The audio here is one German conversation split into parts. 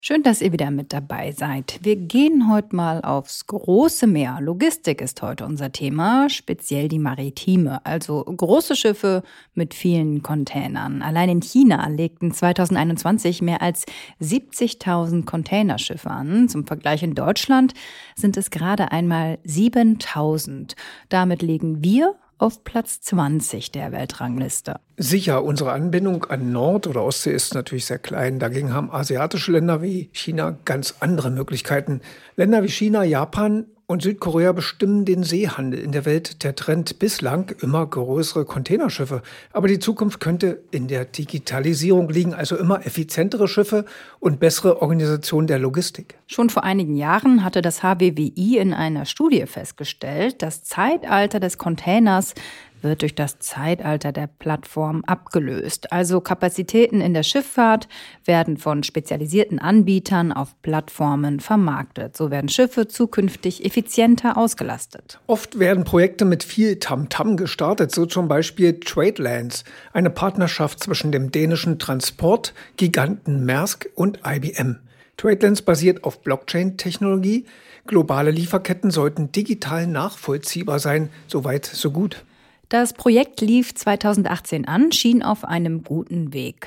Schön, dass ihr wieder mit dabei seid. Wir gehen heute mal aufs große Meer. Logistik ist heute unser Thema, speziell die maritime, also große Schiffe mit vielen Containern. Allein in China legten 2021 mehr als 70.000 Containerschiffe an. Zum Vergleich in Deutschland sind es gerade einmal 7.000. Damit liegen wir auf Platz 20 der Weltrangliste. Sicher, unsere Anbindung an Nord- oder Ostsee ist natürlich sehr klein. Dagegen haben asiatische Länder wie China ganz andere Möglichkeiten. Länder wie China, Japan und Südkorea bestimmen den Seehandel in der Welt. Der Trend bislang immer größere Containerschiffe. Aber die Zukunft könnte in der Digitalisierung liegen, also immer effizientere Schiffe und bessere Organisation der Logistik. Schon vor einigen Jahren hatte das HWWI in einer Studie festgestellt, das Zeitalter des Containers wird durch das Zeitalter der Plattform abgelöst. Also Kapazitäten in der Schifffahrt werden von spezialisierten Anbietern auf Plattformen vermarktet. So werden Schiffe zukünftig effizienter ausgelastet. Oft werden Projekte mit viel Tamtam gestartet, so zum Beispiel TradeLands, eine Partnerschaft zwischen dem dänischen Transportgiganten Maersk und IBM. TradeLands basiert auf Blockchain-Technologie. Globale Lieferketten sollten digital nachvollziehbar sein. Soweit, so gut. Das Projekt lief 2018 an, schien auf einem guten Weg.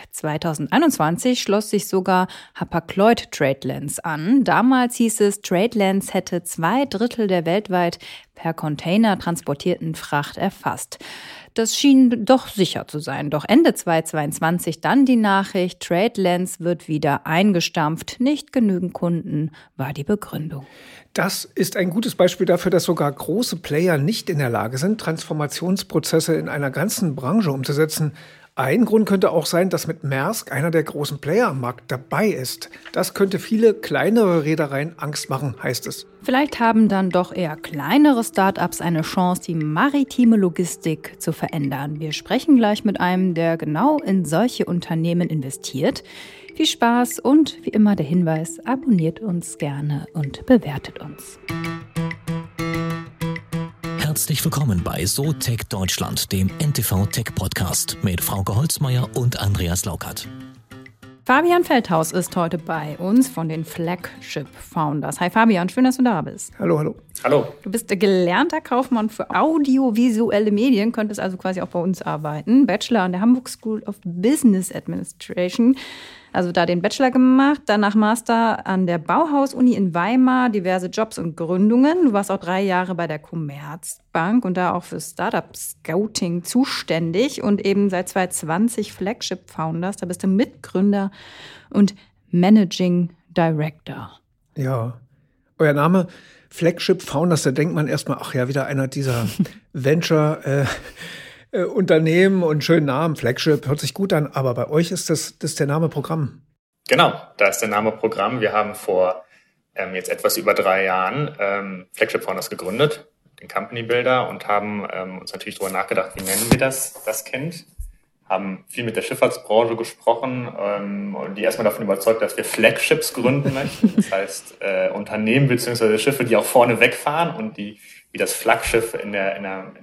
2021 schloss sich sogar Hapag-Lloyd TradeLands an. Damals hieß es, TradeLands hätte 2/3 der weltweit per Container transportierten Fracht erfasst. Das schien doch sicher zu sein. Doch Ende 2022 dann die Nachricht, TradeLands wird wieder eingestampft. Nicht genügend Kunden war die Begründung. Das ist ein gutes Beispiel dafür, dass sogar große Player nicht in der Lage sind, Transformationsprozesse in einer ganzen Branche umzusetzen. Ein Grund könnte auch sein, dass mit Maersk einer der großen Player am Markt dabei ist. Das könnte viele kleinere Reedereien Angst machen, heißt es. Vielleicht haben dann doch eher kleinere Start-ups eine Chance, die maritime Logistik zu verändern. Wir sprechen gleich mit einem, der genau in solche Unternehmen investiert. Viel Spaß und wie immer der Hinweis, abonniert uns gerne und bewertet uns. Herzlich willkommen bei SoTech Deutschland, dem NTV Tech Podcast mit Frauke Holzmeier und Andreas Laukert. Fabian Feldhaus ist heute bei uns von den Flagship Founders. Hi Fabian, schön, dass du da bist. Hallo, hallo. Hallo. Du bist gelernter Kaufmann für audiovisuelle Medien, könntest also quasi auch bei uns arbeiten. Bachelor an der Hamburg School of Business Administration. Also da den Bachelor gemacht, danach Master an der Bauhaus-Uni in Weimar, diverse Jobs und Gründungen. Du warst auch 3 Jahre bei der Commerzbank und da auch für Startup-Scouting zuständig und eben seit 2020 Flagship Founders. Da bist du Mitgründer und Managing Director. Ja, euer Name Flagship Founders, da denkt man erstmal, ach ja, wieder einer dieser Venture- Unternehmen und schönen Namen. Flagship hört sich gut an, aber bei euch ist das der Name Programm. Genau, da ist der Name Programm. Wir haben vor jetzt etwas über 3 Jahren Flagship Founders gegründet, den Company Builder, und haben uns natürlich darüber nachgedacht, wie nennen wir das Kind. Haben viel mit der Schifffahrtsbranche gesprochen und die erstmal davon überzeugt, dass wir Flagships gründen möchten. Das heißt, Unternehmen bzw. Schiffe, die auch vorne wegfahren und die wie das Flaggschiff in der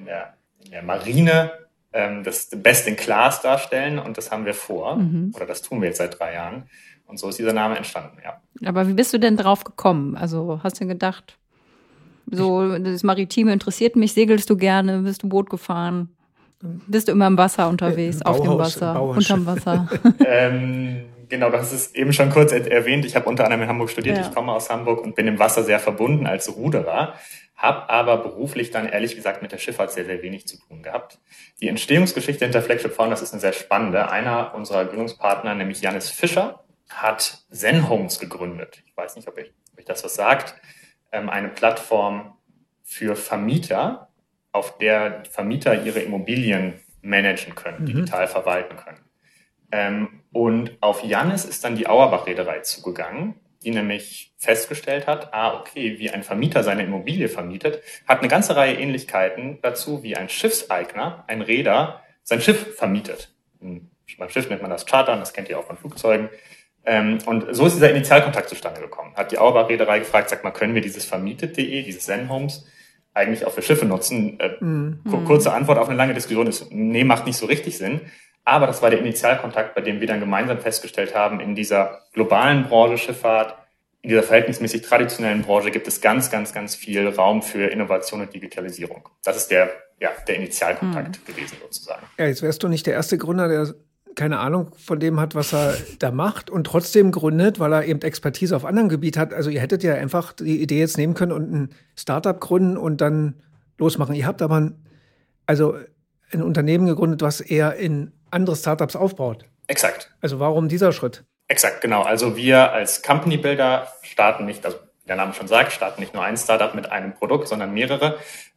Marine das Best in Class darstellen, und das haben wir vor, oder das tun wir jetzt seit 3 Jahren, und so ist dieser Name entstanden, ja. Aber wie bist du denn drauf gekommen? Also hast du gedacht, so das Maritime interessiert mich, segelst du gerne, bist du Boot gefahren? Bist du immer im Wasser unterwegs, auf dem Wasser, unterm Wasser? Genau, das ist eben schon kurz erwähnt. Ich habe unter anderem in Hamburg studiert, Ja. Ich komme aus Hamburg und bin im Wasser sehr verbunden als Ruderer, habe aber beruflich dann ehrlich gesagt mit der Schifffahrt sehr, sehr wenig zu tun gehabt. Die Entstehungsgeschichte hinter Flagship Founders ist eine sehr spannende. Einer unserer Gründungspartner, nämlich Janis Fischer, hat Zenhomes gegründet. Ich weiß nicht, ob euch das was sagt. Eine Plattform für Vermieter, auf der Vermieter ihre Immobilien managen können, digital verwalten können. Und auf Janis ist dann die Auerbach-Reederei zugegangen, die nämlich festgestellt hat, okay, wie ein Vermieter seine Immobilie vermietet, hat eine ganze Reihe Ähnlichkeiten dazu, wie ein Schiffseigner, ein Reeder, sein Schiff vermietet. Beim Schiff nennt man das Chartern, das kennt ihr auch von Flugzeugen. Und so ist dieser Initialkontakt zustande gekommen. Hat die Auerbach-Reederei gefragt, sag mal, können wir dieses Vermietet.de, dieses Zenhomes, eigentlich auch für Schiffe nutzen? Kurze Antwort auf eine lange Diskussion ist, nee, macht nicht so richtig Sinn. Aber das war der Initialkontakt, bei dem wir dann gemeinsam festgestellt haben, in dieser globalen Branche Schifffahrt, in dieser verhältnismäßig traditionellen Branche gibt es ganz, ganz, ganz viel Raum für Innovation und Digitalisierung. Das ist der Initialkontakt gewesen sozusagen. Ja, jetzt wärst du nicht der erste Gründer, der keine Ahnung von dem hat, was er da macht und trotzdem gründet, weil er eben Expertise auf anderem Gebiet hat. Also ihr hättet ja einfach die Idee jetzt nehmen können und ein Startup gründen und dann losmachen. Ihr habt aber ein Unternehmen gegründet, was eher in andere Startups aufbaut. Exakt. Also warum dieser Schritt? Exakt, genau. Also wir als Company Builder starten nicht, also wie der Name schon sagt, starten nicht nur ein Startup mit einem Produkt, sondern mehrere.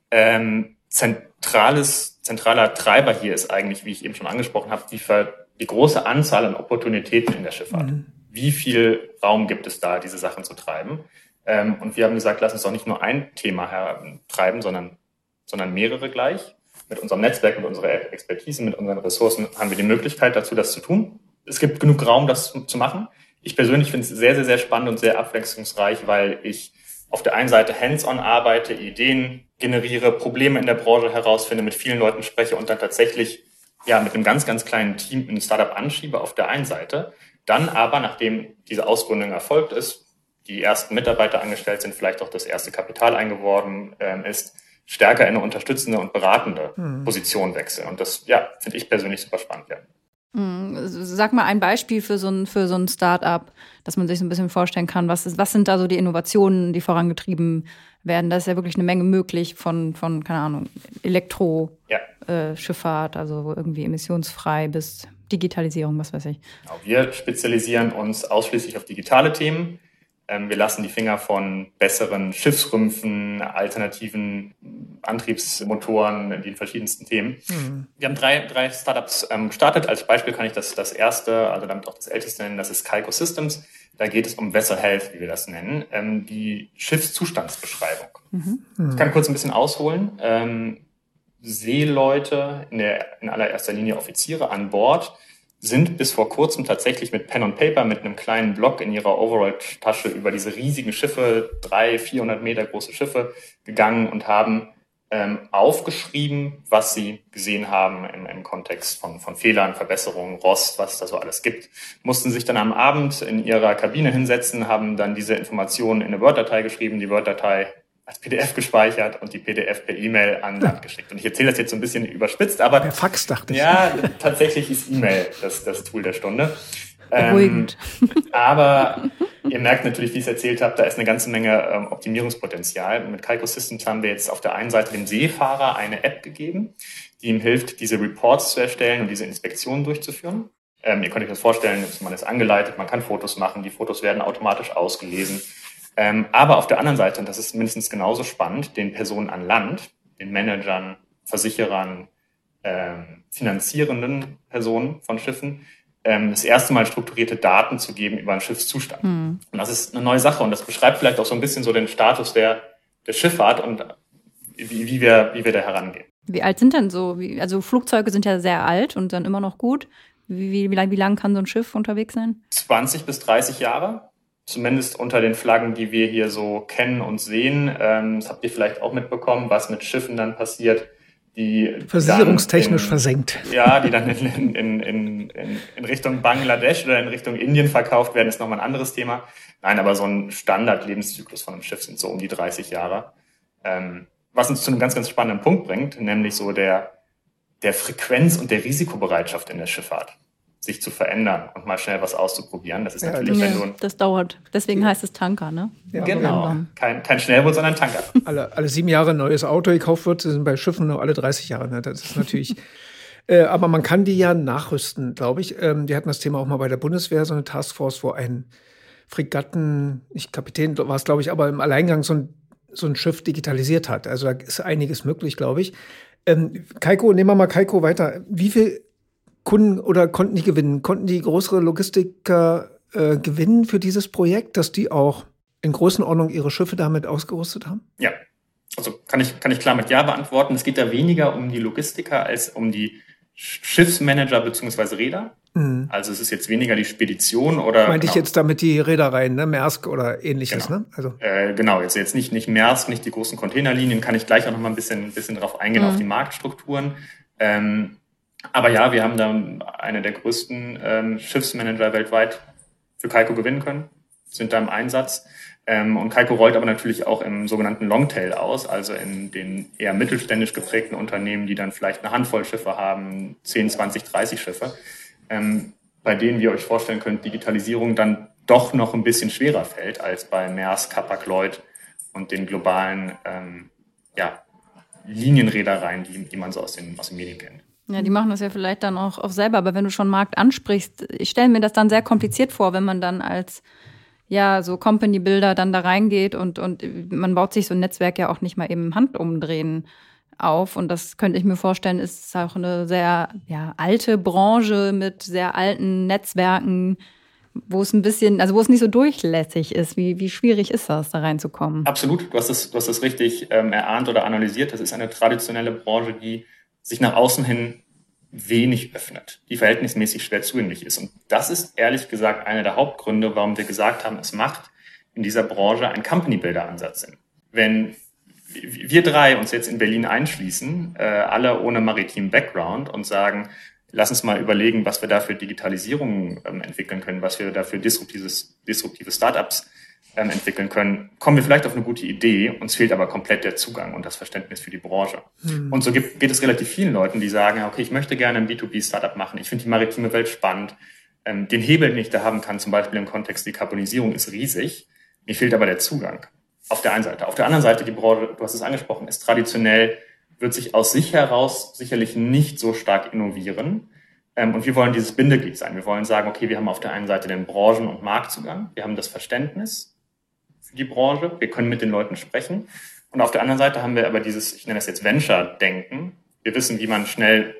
Zentraler Treiber hier ist eigentlich, wie ich eben schon angesprochen habe, die große Anzahl an Opportunitäten in der Schifffahrt. Wie viel Raum gibt es da, diese Sachen zu treiben? Und wir haben gesagt, lass uns doch nicht nur ein Thema treiben, sondern mehrere gleich. Mit unserem Netzwerk, mit unserer Expertise, mit unseren Ressourcen haben wir die Möglichkeit dazu, das zu tun. Es gibt genug Raum, das zu machen. Ich persönlich finde es sehr, sehr, sehr spannend und sehr abwechslungsreich, weil ich auf der einen Seite hands-on arbeite, Ideen generiere, Probleme in der Branche herausfinde, mit vielen Leuten spreche und dann tatsächlich mit einem ganz, ganz kleinen Team ein Startup anschiebe auf der einen Seite. Dann aber, nachdem diese Ausgründung erfolgt ist, die ersten Mitarbeiter angestellt sind, vielleicht auch das erste Kapital eingeworben ist, stärker in eine unterstützende und beratende Position wechseln. Und das, finde ich persönlich super spannend, ja. Sag mal ein Beispiel für so ein Start-up, dass man sich so ein bisschen vorstellen kann, was sind da so die Innovationen, die vorangetrieben werden? Da ist ja wirklich eine Menge möglich von keine Ahnung, Elektroschifffahrt, also irgendwie emissionsfrei bis Digitalisierung, was weiß ich. Genau, wir spezialisieren uns ausschließlich auf digitale Themen. Wir lassen die Finger von besseren Schiffsrümpfen, alternativen Antriebsmotoren, den verschiedensten Themen. Wir haben drei Startups gestartet. Als Beispiel kann ich das erste, also damit auch das älteste nennen, das ist Kaiko Systems. Da geht es um Vessel Health, wie wir das nennen, die Schiffszustandsbeschreibung. Ich kann kurz ein bisschen ausholen. Seeleute, in allererster Linie Offiziere an Bord, sind bis vor kurzem tatsächlich mit Pen und Paper, mit einem kleinen Block in ihrer Overall-Tasche über diese riesigen Schiffe, 300-400 Meter große Schiffe gegangen und haben aufgeschrieben, was sie gesehen haben im Kontext von Fehlern, Verbesserungen, Rost, was es da so alles gibt. Mussten sich dann am Abend in ihrer Kabine hinsetzen, haben dann diese Informationen in eine Word-Datei geschrieben, die Word-Datei als PDF gespeichert und die PDF per E-Mail an Land geschickt. Und ich erzähle das jetzt so ein bisschen überspitzt, aber... Per Fax, dachte ich. Ja, tatsächlich ist E-Mail das Tool der Stunde. Beruhigend. Aber ihr merkt natürlich, wie ich es erzählt habe, da ist eine ganze Menge Optimierungspotenzial. Und mit Kaiko Systems haben wir jetzt auf der einen Seite dem Seefahrer eine App gegeben, die ihm hilft, diese Reports zu erstellen und diese Inspektionen durchzuführen. Ihr könnt euch das vorstellen, man ist angeleitet, man kann Fotos machen, die Fotos werden automatisch ausgelesen. Aber auf der anderen Seite, und das ist mindestens genauso spannend, den Personen an Land, den Managern, Versicherern, finanzierenden Personen von Schiffen, das erste Mal strukturierte Daten zu geben über einen Schiffszustand. Und das ist eine neue Sache und das beschreibt vielleicht auch so ein bisschen so den Status der Schifffahrt und wie wir da herangehen. Wie alt sind denn also Flugzeuge sind ja sehr alt und dann immer noch gut. Wie lang kann so ein Schiff unterwegs sein? 20 bis 30 Jahre. Zumindest unter den Flaggen, die wir hier so kennen und sehen. Das habt ihr vielleicht auch mitbekommen, was mit Schiffen dann passiert, die versicherungstechnisch versenkt. Ja, die dann in Richtung Bangladesch oder in Richtung Indien verkauft werden, ist nochmal ein anderes Thema. Nein, aber so ein Standardlebenszyklus von einem Schiff sind so um die 30 Jahre. Was uns zu einem ganz, ganz spannenden Punkt bringt, nämlich so der Frequenz und der Risikobereitschaft in der Schifffahrt, sich zu verändern und mal schnell was auszuprobieren. Das ist natürlich, das dauert. Deswegen heißt es Tanker, ne? Ja, genau. Kein Schnellboot, sondern Tanker. Alle 7 Jahre ein neues Auto gekauft wird, sind bei Schiffen nur alle 30 Jahre. Ne? Das ist natürlich. Aber man kann die ja nachrüsten, glaube ich. Wir hatten das Thema auch mal bei der Bundeswehr, so eine Taskforce, wo ein Kapitän war es, glaube ich, aber im Alleingang so ein Schiff digitalisiert hat. Also da ist einiges möglich, glaube ich. Kaiko, nehmen wir mal Kaiko weiter. Wie viel Kunden oder konnten die gewinnen? Konnten die größere Logistiker gewinnen für dieses Projekt, dass die auch in Größenordnung ihre Schiffe damit ausgerüstet haben? Ja, also kann ich klar mit Ja beantworten. Es geht da weniger um die Logistiker als um die Schiffsmanager bzw. Reeder. Also es ist jetzt weniger die Spedition oder... Meinte ich jetzt damit die Reedereien, ne? Maersk oder ähnliches, genau. Ne? Also. Genau, jetzt nicht Maersk, nicht die großen Containerlinien, kann ich gleich auch noch mal ein bisschen drauf eingehen, auf die Marktstrukturen. Aber ja, wir haben da eine der größten Schiffsmanager weltweit für Kaiko gewinnen können, sind da im Einsatz. Und Kaiko rollt aber natürlich auch im sogenannten Longtail aus, also in den eher mittelständisch geprägten Unternehmen, die dann vielleicht eine Handvoll Schiffe haben, 10, 20, 30 Schiffe, bei denen wir euch vorstellen könnt, Digitalisierung dann doch noch ein bisschen schwerer fällt als bei Maersk, Hapag-Lloyd und den globalen Linienreedereien, die man so aus den Medien kennt. Ja, die machen das ja vielleicht dann auch selber, aber wenn du schon Markt ansprichst, ich stelle mir das dann sehr kompliziert vor, wenn man dann als so Company-Builder dann da reingeht und man baut sich so ein Netzwerk ja auch nicht mal eben im Handumdrehen auf. Und das könnte ich mir vorstellen, ist auch eine sehr alte Branche mit sehr alten Netzwerken, wo es wo es nicht so durchlässig ist. Wie schwierig ist das, da reinzukommen? Absolut, du hast es richtig erahnt oder analysiert. Das ist eine traditionelle Branche, die sich nach außen hin wenig öffnet, die verhältnismäßig schwer zugänglich ist. Und das ist ehrlich gesagt einer der Hauptgründe, warum wir gesagt haben, es macht in dieser Branche einen Company-Builder-Ansatz Sinn. Wenn wir drei uns jetzt in Berlin einschließen, alle ohne maritimen Background und sagen, lass uns mal überlegen, was wir da für Digitalisierung entwickeln können, was wir da für disruptive Startups entwickeln können, kommen wir vielleicht auf eine gute Idee, uns fehlt aber komplett der Zugang und das Verständnis für die Branche. Und so geht es relativ vielen Leuten, die sagen, okay, ich möchte gerne ein B2B-Startup machen, ich finde die maritime Welt spannend, den Hebel, den ich da haben kann, zum Beispiel im Kontext Dekarbonisierung, ist riesig, mir fehlt aber der Zugang. Auf der einen Seite. Auf der anderen Seite, die Branche, du hast es angesprochen, ist traditionell, wird sich aus sich heraus sicherlich nicht so stark innovieren. Und wir wollen dieses Bindeglied sein. Wir wollen sagen, okay, wir haben auf der einen Seite den Branchen- und Marktzugang, wir haben das Verständnis für die Branche, wir können mit den Leuten sprechen. Und auf der anderen Seite haben wir aber dieses, ich nenne das jetzt Venture-Denken. Wir wissen, wie man schnell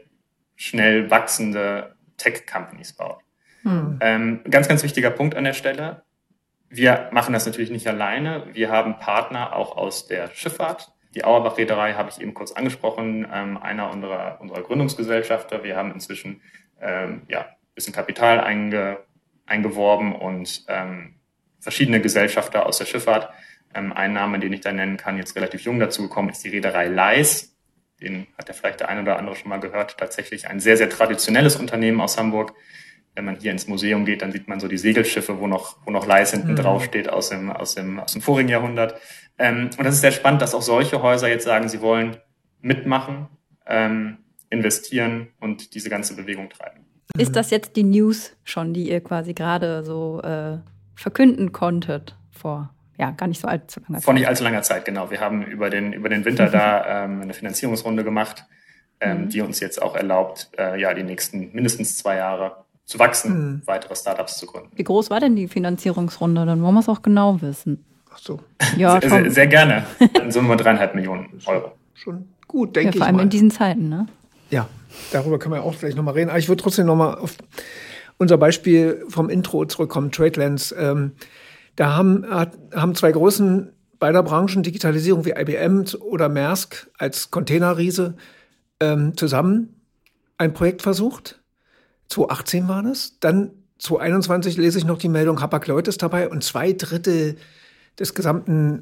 wachsende Tech-Companies baut. Ganz, ganz wichtiger Punkt an der Stelle. Wir machen das natürlich nicht alleine. Wir haben Partner auch aus der Schifffahrt. Die Auerbach-Reederei habe ich eben kurz angesprochen, einer unserer Gründungsgesellschafter. Wir haben inzwischen ein bisschen Kapital eingeworben und verschiedene Gesellschafter aus der Schifffahrt. Ein Name, den ich da nennen kann, jetzt relativ jung dazugekommen, ist die Reederei Leis. Den hat ja vielleicht der eine oder andere schon mal gehört. Tatsächlich ein sehr, sehr traditionelles Unternehmen aus Hamburg. Wenn man hier ins Museum geht, dann sieht man so die Segelschiffe, wo noch Leis hinten drauf steht aus dem vorigen Jahrhundert. Und das ist sehr spannend, dass auch solche Häuser jetzt sagen, sie wollen mitmachen, investieren und diese ganze Bewegung treiben. Ist das jetzt die News schon, die ihr quasi gerade so verkünden konntet vor gar nicht so allzu langer Zeit? Vor nicht allzu langer Zeit, genau. Wir haben über den Winter da eine Finanzierungsrunde gemacht, die uns jetzt auch erlaubt, die nächsten mindestens 2 Jahre zu wachsen, weitere Startups zu gründen. Wie groß war denn die Finanzierungsrunde? Dann wollen wir es auch genau wissen. Ach so. Ja, sehr, sehr gerne. Dann sind wir 3,5 Millionen Euro. Schon gut, denke ich mal. Vor allem in diesen Zeiten, ne? Ja, darüber können wir auch vielleicht nochmal reden. Aber ich würde trotzdem nochmal auf unser Beispiel vom Intro zurückkommen, TradeLens. Da haben 2 Größen beider Branchen, Digitalisierung wie IBM oder Maersk als Containerriese, zusammen ein Projekt versucht. 2018 war das. Dann 2021 lese ich noch die Meldung, Hapag-Lloyd ist dabei und 2/3 der gesamten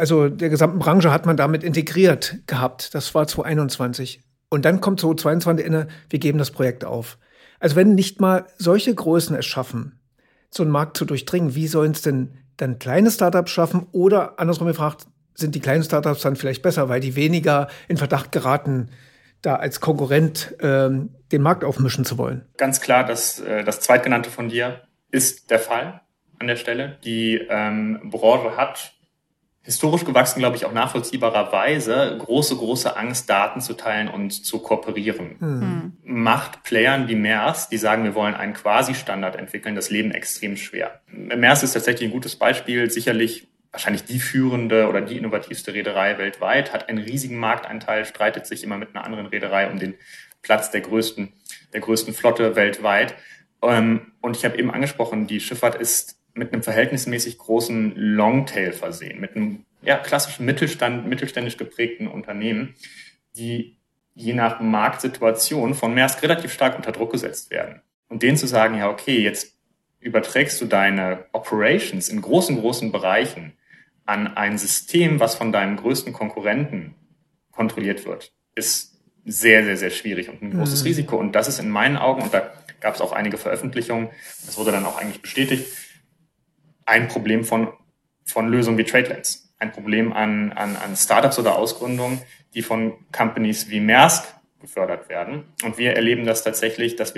Branche hat man damit integriert gehabt. Das war 2021. Und dann kommt 2022 wir geben das Projekt auf. Also wenn nicht mal solche Größen es schaffen, so einen Markt zu durchdringen, wie sollen es denn dann kleine Startups schaffen? Oder andersrum gefragt, sind die kleinen Startups dann vielleicht besser, weil die weniger in Verdacht geraten, da als Konkurrent den Markt aufmischen zu wollen? Ganz klar, das Zweitgenannte von dir ist der Fall an der Stelle. Die Branche hat historisch gewachsen, glaube ich, auch nachvollziehbarerweise große Angst, Daten zu teilen und zu kooperieren. Macht Playern wie Maersk, die sagen, wir wollen einen Quasi-Standard entwickeln, das Leben extrem schwer. Maersk ist tatsächlich ein gutes Beispiel, sicherlich wahrscheinlich die führende oder die innovativste Reederei weltweit, hat einen riesigen Markteinteil, streitet sich immer mit einer anderen Reederei um den Platz der größten Flotte weltweit. Und ich habe eben angesprochen, die Schifffahrt ist mit einem verhältnismäßig großen Longtail versehen, mit einem klassischen mittelständisch geprägten Unternehmen, die je nach Marktsituation von Maersk relativ stark unter Druck gesetzt werden. Und denen zu sagen, okay, jetzt überträgst du deine Operations in großen Bereichen an ein System, was von deinem größten Konkurrenten kontrolliert wird, ist sehr, sehr, sehr schwierig und ein großes Risiko. Und das ist in meinen Augen, und da gab es auch einige Veröffentlichungen, das wurde dann auch eigentlich bestätigt, ein Problem von Lösungen wie TradeLens. Ein Problem an Startups oder Ausgründungen, die von Companies wie Maersk gefördert werden. Und wir erleben das tatsächlich, dass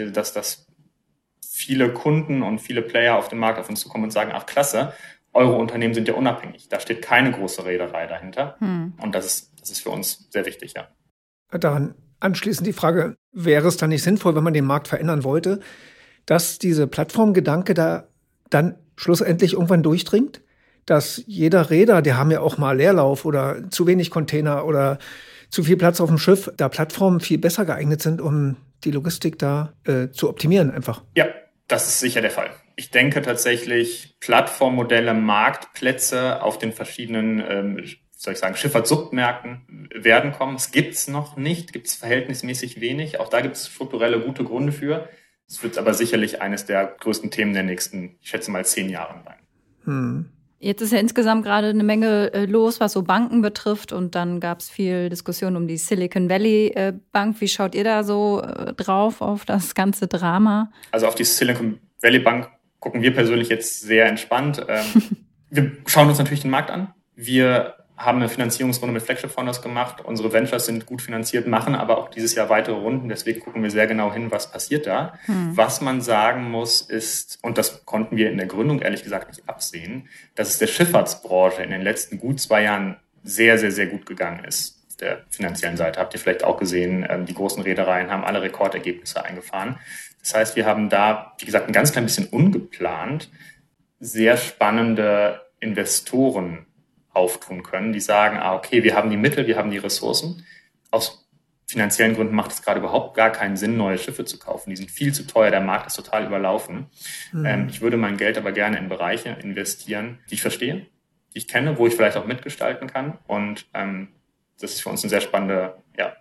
viele Kunden und viele Player auf dem Markt auf uns zukommen und sagen, ach klasse, eure Unternehmen sind ja unabhängig. Da steht keine große Reederei dahinter. Und das ist für uns sehr wichtig, ja. Daran anschließend die Frage, wäre es dann nicht sinnvoll, wenn man den Markt verändern wollte, dass diese Plattformgedanke da dann schlussendlich irgendwann durchdringt? Dass jeder Reeder, die haben ja auch mal Leerlauf oder zu wenig Container oder zu viel Platz auf dem Schiff, da Plattformen viel besser geeignet sind, um die Logistik da zu optimieren einfach. Ja, das ist sicher der Fall. Ich denke tatsächlich, Plattformmodelle, Marktplätze auf den verschiedenen Schifffahrtssubmärkten werden kommen. Es gibt es noch nicht, gibt es verhältnismäßig wenig. Auch da gibt es strukturelle gute Gründe für. Es wird aber sicherlich eines der größten Themen der nächsten, ich schätze mal, 10 Jahren sein. Jetzt ist ja insgesamt gerade eine Menge los, was so Banken betrifft. Und dann gab es viel Diskussion um die Silicon Valley Bank. Wie schaut ihr da so drauf auf das ganze Drama? Also auf die Silicon Valley Bank gucken wir persönlich jetzt sehr entspannt. Wir schauen uns natürlich den Markt an. Wir haben eine Finanzierungsrunde mit Flagship Founders gemacht. Unsere Ventures sind gut finanziert, machen aber auch dieses Jahr weitere Runden. Deswegen gucken wir sehr genau hin, was passiert da. Was man sagen muss ist, und das konnten wir in der Gründung ehrlich gesagt nicht absehen, dass es der Schifffahrtsbranche in den letzten gut 2 Jahren sehr, sehr, sehr gut gegangen ist. Auf der finanziellen Seite habt ihr vielleicht auch gesehen, die großen Reedereien haben alle Rekordergebnisse eingefahren. Das heißt, wir haben da, wie gesagt, ein ganz klein bisschen ungeplant sehr spannende Investoren auftun können, die sagen, okay, wir haben die Mittel, wir haben die Ressourcen. Aus finanziellen Gründen macht es gerade überhaupt gar keinen Sinn, neue Schiffe zu kaufen. Die sind viel zu teuer, der Markt ist total überlaufen. Ich würde mein Geld aber gerne in Bereiche investieren, die ich verstehe, die ich kenne, wo ich vielleicht auch mitgestalten kann. Und das ist für uns eine sehr spannende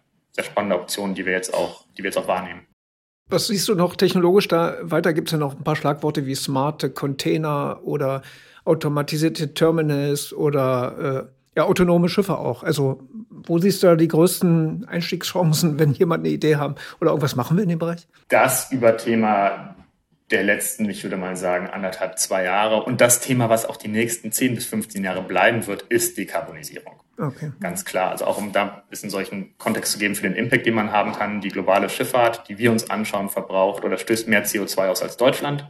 Option, die wir jetzt auch wahrnehmen. Was siehst du noch technologisch da weiter? Gibt es ja noch ein paar Schlagworte wie smarte Container oder automatisierte Terminals oder autonome Schiffe auch. Also wo siehst du da die größten Einstiegschancen, wenn jemand eine Idee haben oder irgendwas machen will in dem Bereich? Das Überthema der letzten, ich würde mal sagen, 1,5, 2 Jahre und das Thema, was auch die nächsten 10 bis 15 Jahre bleiben wird, ist Dekarbonisierung. Okay. Ganz klar. Also auch um da ein bisschen solchen Kontext zu geben für den Impact, den man haben kann. Die globale Schifffahrt, die wir uns anschauen, verbraucht oder stößt mehr CO2 aus als Deutschland.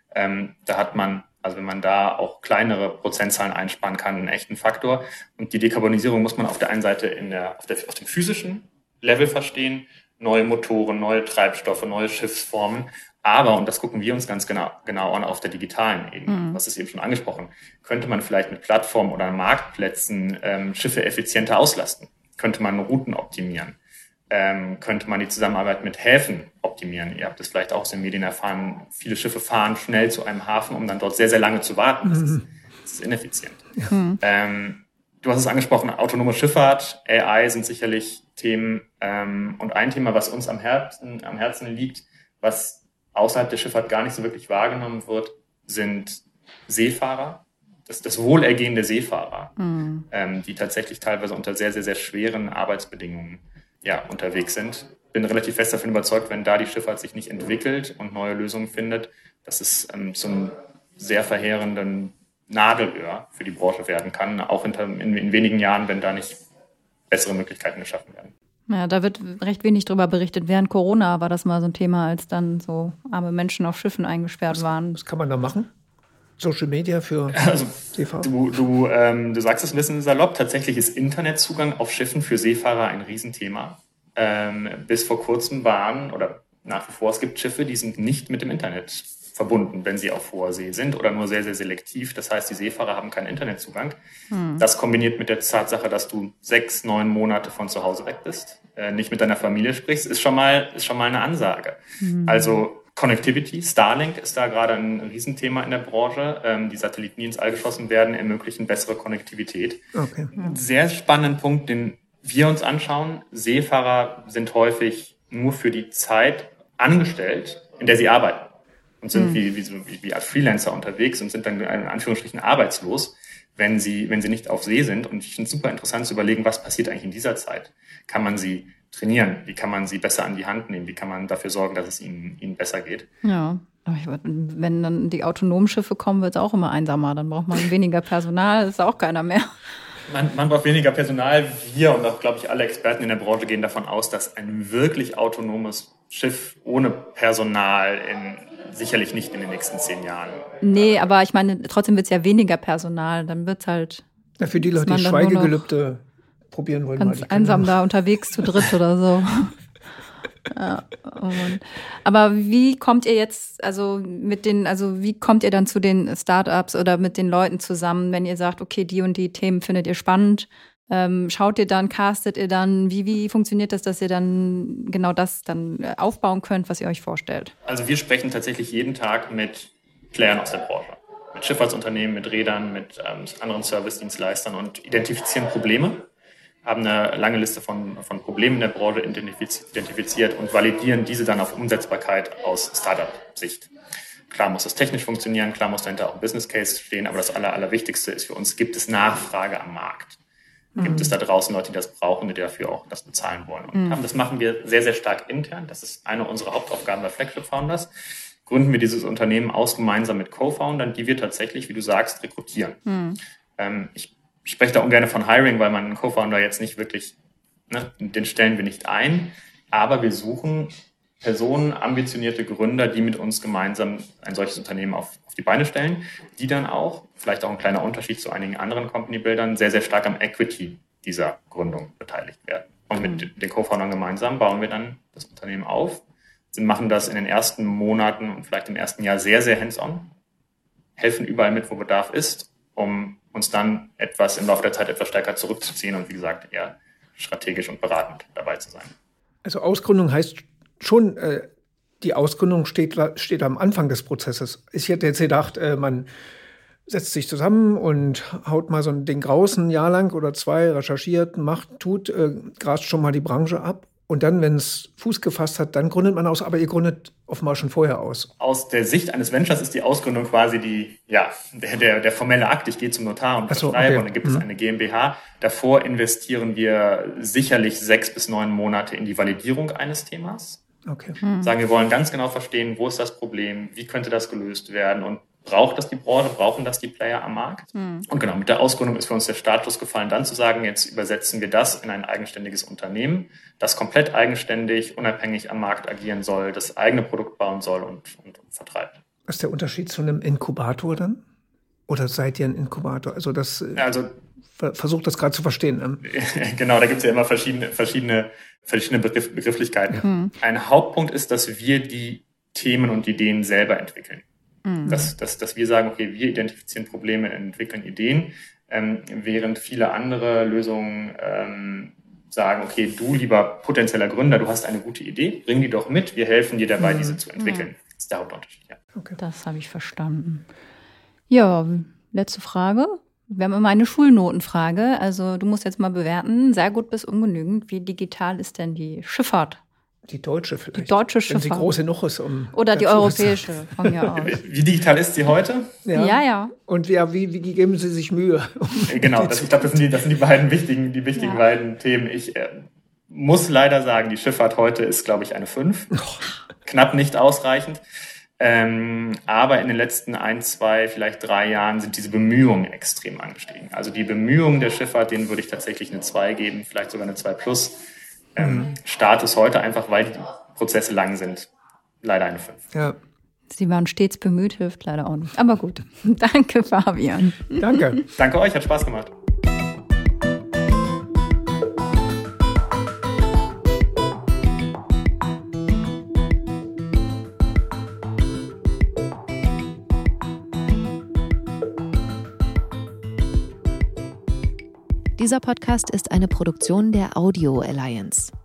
Da hat man, also wenn man da auch kleinere Prozentzahlen einsparen kann, einen echten Faktor. Und die Dekarbonisierung muss man auf der einen Seite auf dem physischen Level verstehen. Neue Motoren, neue Treibstoffe, neue Schiffsformen. Aber, und das gucken wir uns ganz genau an, auf der digitalen Ebene, was ist eben schon angesprochen, könnte man vielleicht mit Plattformen oder Marktplätzen Schiffe effizienter auslasten? Könnte man Routen optimieren? Könnte man die Zusammenarbeit mit Häfen optimieren? Ihr habt es vielleicht auch aus den Medien erfahren, viele Schiffe fahren schnell zu einem Hafen, um dann dort sehr, sehr lange zu warten. Das ist ineffizient. Ja. Du hast es angesprochen, autonome Schifffahrt, AI sind sicherlich Themen. Und ein Thema, was uns am Herzen liegt, was außerhalb der Schifffahrt gar nicht so wirklich wahrgenommen wird, sind Seefahrer. Das Wohlergehen der Seefahrer, die tatsächlich teilweise unter sehr, sehr, sehr schweren Arbeitsbedingungen unterwegs sind. Bin relativ fest davon überzeugt, wenn da die Schifffahrt sich nicht entwickelt und neue Lösungen findet, dass es zu einem sehr verheerenden Nadelöhr für die Branche werden kann, auch in wenigen Jahren, wenn da nicht bessere Möglichkeiten geschaffen werden. Ja, da wird recht wenig drüber berichtet. Während Corona war das mal so ein Thema, als dann so arme Menschen auf Schiffen eingesperrt waren. Was kann man da machen? Social Media für Seefahrer? Du sagst es ein bisschen salopp. Tatsächlich ist Internetzugang auf Schiffen für Seefahrer ein Riesenthema. Bis vor kurzem oder nach wie vor, es gibt Schiffe, die sind nicht mit dem Internet verbunden, wenn sie auf hoher See sind oder nur sehr, sehr selektiv. Das heißt, die Seefahrer haben keinen Internetzugang. Das kombiniert mit der Tatsache, dass du 6, 9 Monate von zu Hause weg bist, nicht mit deiner Familie sprichst, ist schon mal eine Ansage. Also Connectivity, Starlink ist da gerade ein Riesenthema in der Branche. Die Satelliten, die ins All geschossen werden, ermöglichen bessere Konnektivität. Okay. Ein sehr spannender Punkt, den wir uns anschauen. Seefahrer sind häufig nur für die Zeit angestellt, in der sie arbeiten. Und sind wie als Freelancer unterwegs und sind dann in Anführungsstrichen arbeitslos, wenn sie nicht auf See sind. Und ich finde es super interessant zu überlegen, was passiert eigentlich in dieser Zeit. Kann man sie trainieren? Wie kann man sie besser an die Hand nehmen? Wie kann man dafür sorgen, dass es ihnen besser geht? Ja, aber wenn dann die autonomen Schiffe kommen, wird es auch immer einsamer. Dann braucht man weniger Personal, ist auch keiner mehr. Man braucht weniger Personal. Wir und auch, glaube ich, alle Experten in der Branche gehen davon aus, dass ein wirklich autonomes Schiff ohne Personal sicherlich nicht in den nächsten 10 Jahren. Nee, aber ich meine, trotzdem wird es ja weniger Personal. Dann wird es halt... Ja, für die Leute, die Schweigegelübde probieren wollen. Ganz einsam da unterwegs zu dritt oder so. Ja, oh Mann. Aber wie kommt ihr jetzt, wie kommt ihr dann zu den Startups oder mit den Leuten zusammen, wenn ihr sagt, okay, die und die Themen findet ihr spannend? Schaut ihr dann, castet ihr dann? Wie funktioniert das, dass ihr dann genau das dann aufbauen könnt, was ihr euch vorstellt? Also wir sprechen tatsächlich jeden Tag mit Playern aus der Branche. Mit Schifffahrtsunternehmen, mit Reedern, mit anderen Service-Dienstleistern und identifizieren Probleme, haben eine lange Liste von Problemen in der Branche identifiziert und validieren diese dann auf Umsetzbarkeit aus Startup-Sicht. Klar muss das technisch funktionieren, klar muss dahinter auch ein Business Case stehen, aber das Allerwichtigste ist für uns, gibt es Nachfrage am Markt? Gibt es da draußen Leute, die das brauchen, die dafür auch das bezahlen wollen? Und das machen wir sehr, sehr stark intern. Das ist eine unserer Hauptaufgaben bei Flagship Founders. Gründen wir dieses Unternehmen aus gemeinsam mit Co-Foundern, die wir tatsächlich, wie du sagst, rekrutieren. Ich spreche da ungern von Hiring, weil man einen Co-Founder jetzt nicht wirklich, den stellen wir nicht ein, aber wir suchen Personen, ambitionierte Gründer, die mit uns gemeinsam ein solches Unternehmen auf die Beine stellen, die dann auch, vielleicht auch ein kleiner Unterschied zu einigen anderen Company-Buildern, sehr, sehr stark am Equity dieser Gründung beteiligt werden. Und mit den Co-Foundern gemeinsam bauen wir dann das Unternehmen auf, machen das in den ersten Monaten und vielleicht im ersten Jahr sehr, sehr hands-on, helfen überall mit, wo Bedarf ist, um uns dann im Laufe der Zeit etwas stärker zurückzuziehen und wie gesagt eher strategisch und beratend dabei zu sein. Also Ausgründung heißt schon, die Ausgründung steht am Anfang des Prozesses. Ich hätte jetzt gedacht, man setzt sich zusammen und haut mal so ein Ding raus, ein Jahr lang oder 2, recherchiert, grast schon mal die Branche ab. Und dann, wenn es Fuß gefasst hat, dann gründet man aus. Aber ihr gründet offenbar schon vorher aus. Aus der Sicht eines Ventures ist die Ausgründung quasi der formelle Akt. Ich gehe zum Notar und unterschreibe und dann gibt es eine GmbH. Davor investieren wir sicherlich 6 bis 9 Monate in die Validierung eines Themas. Okay. Sagen, wir wollen ganz genau verstehen, wo ist das Problem, wie könnte das gelöst werden und braucht das die Branche, brauchen das die Player am Markt? Und genau, mit der Ausgründung ist für uns der Startschuss gefallen, dann zu sagen, jetzt übersetzen wir das in ein eigenständiges Unternehmen, das komplett eigenständig, unabhängig am Markt agieren soll, das eigene Produkt bauen soll und vertreibt. Was ist der Unterschied zu einem Inkubator dann? Oder seid ihr ein Inkubator? Versucht das gerade zu verstehen. Genau, da gibt es ja immer verschiedene Begrifflichkeiten. Ein Hauptpunkt ist, dass wir die Themen und Ideen selber entwickeln. Dass wir sagen, okay, wir identifizieren Probleme, entwickeln Ideen, während viele andere Lösungen sagen, okay, du lieber potenzieller Gründer, du hast eine gute Idee, bring die doch mit, wir helfen dir dabei, diese zu entwickeln. Das ist der Hauptunterschied. Ja. Okay. Das habe ich verstanden. Ja, letzte Frage. Wir haben immer eine Schulnotenfrage. Also du musst jetzt mal bewerten, sehr gut bis ungenügend. Wie digital ist denn die Schifffahrt? Die deutsche vielleicht. Die deutsche Schifffahrt. Wenn sie groß genug ist, oder die europäische, von mir aus. Wie digital ist sie heute? Ja. Und wie geben Sie sich Mühe? Genau, ich glaube, das sind die beiden wichtigen beiden Themen. Ich muss leider sagen, die Schifffahrt heute ist, glaube ich, eine 5. Knapp nicht ausreichend. Aber in den letzten 1, 2, vielleicht 3 Jahren sind diese Bemühungen extrem angestiegen. Also die Bemühungen der Schifffahrt, denen würde ich tatsächlich eine 2 geben, vielleicht sogar eine 2+. Status heute einfach, weil die Prozesse lang sind. Leider eine 5. Ja. Sie waren stets bemüht, hilft leider auch nicht. Aber gut. Danke, Fabian. Danke. Danke euch, hat Spaß gemacht. Dieser Podcast ist eine Produktion der Audio Alliance.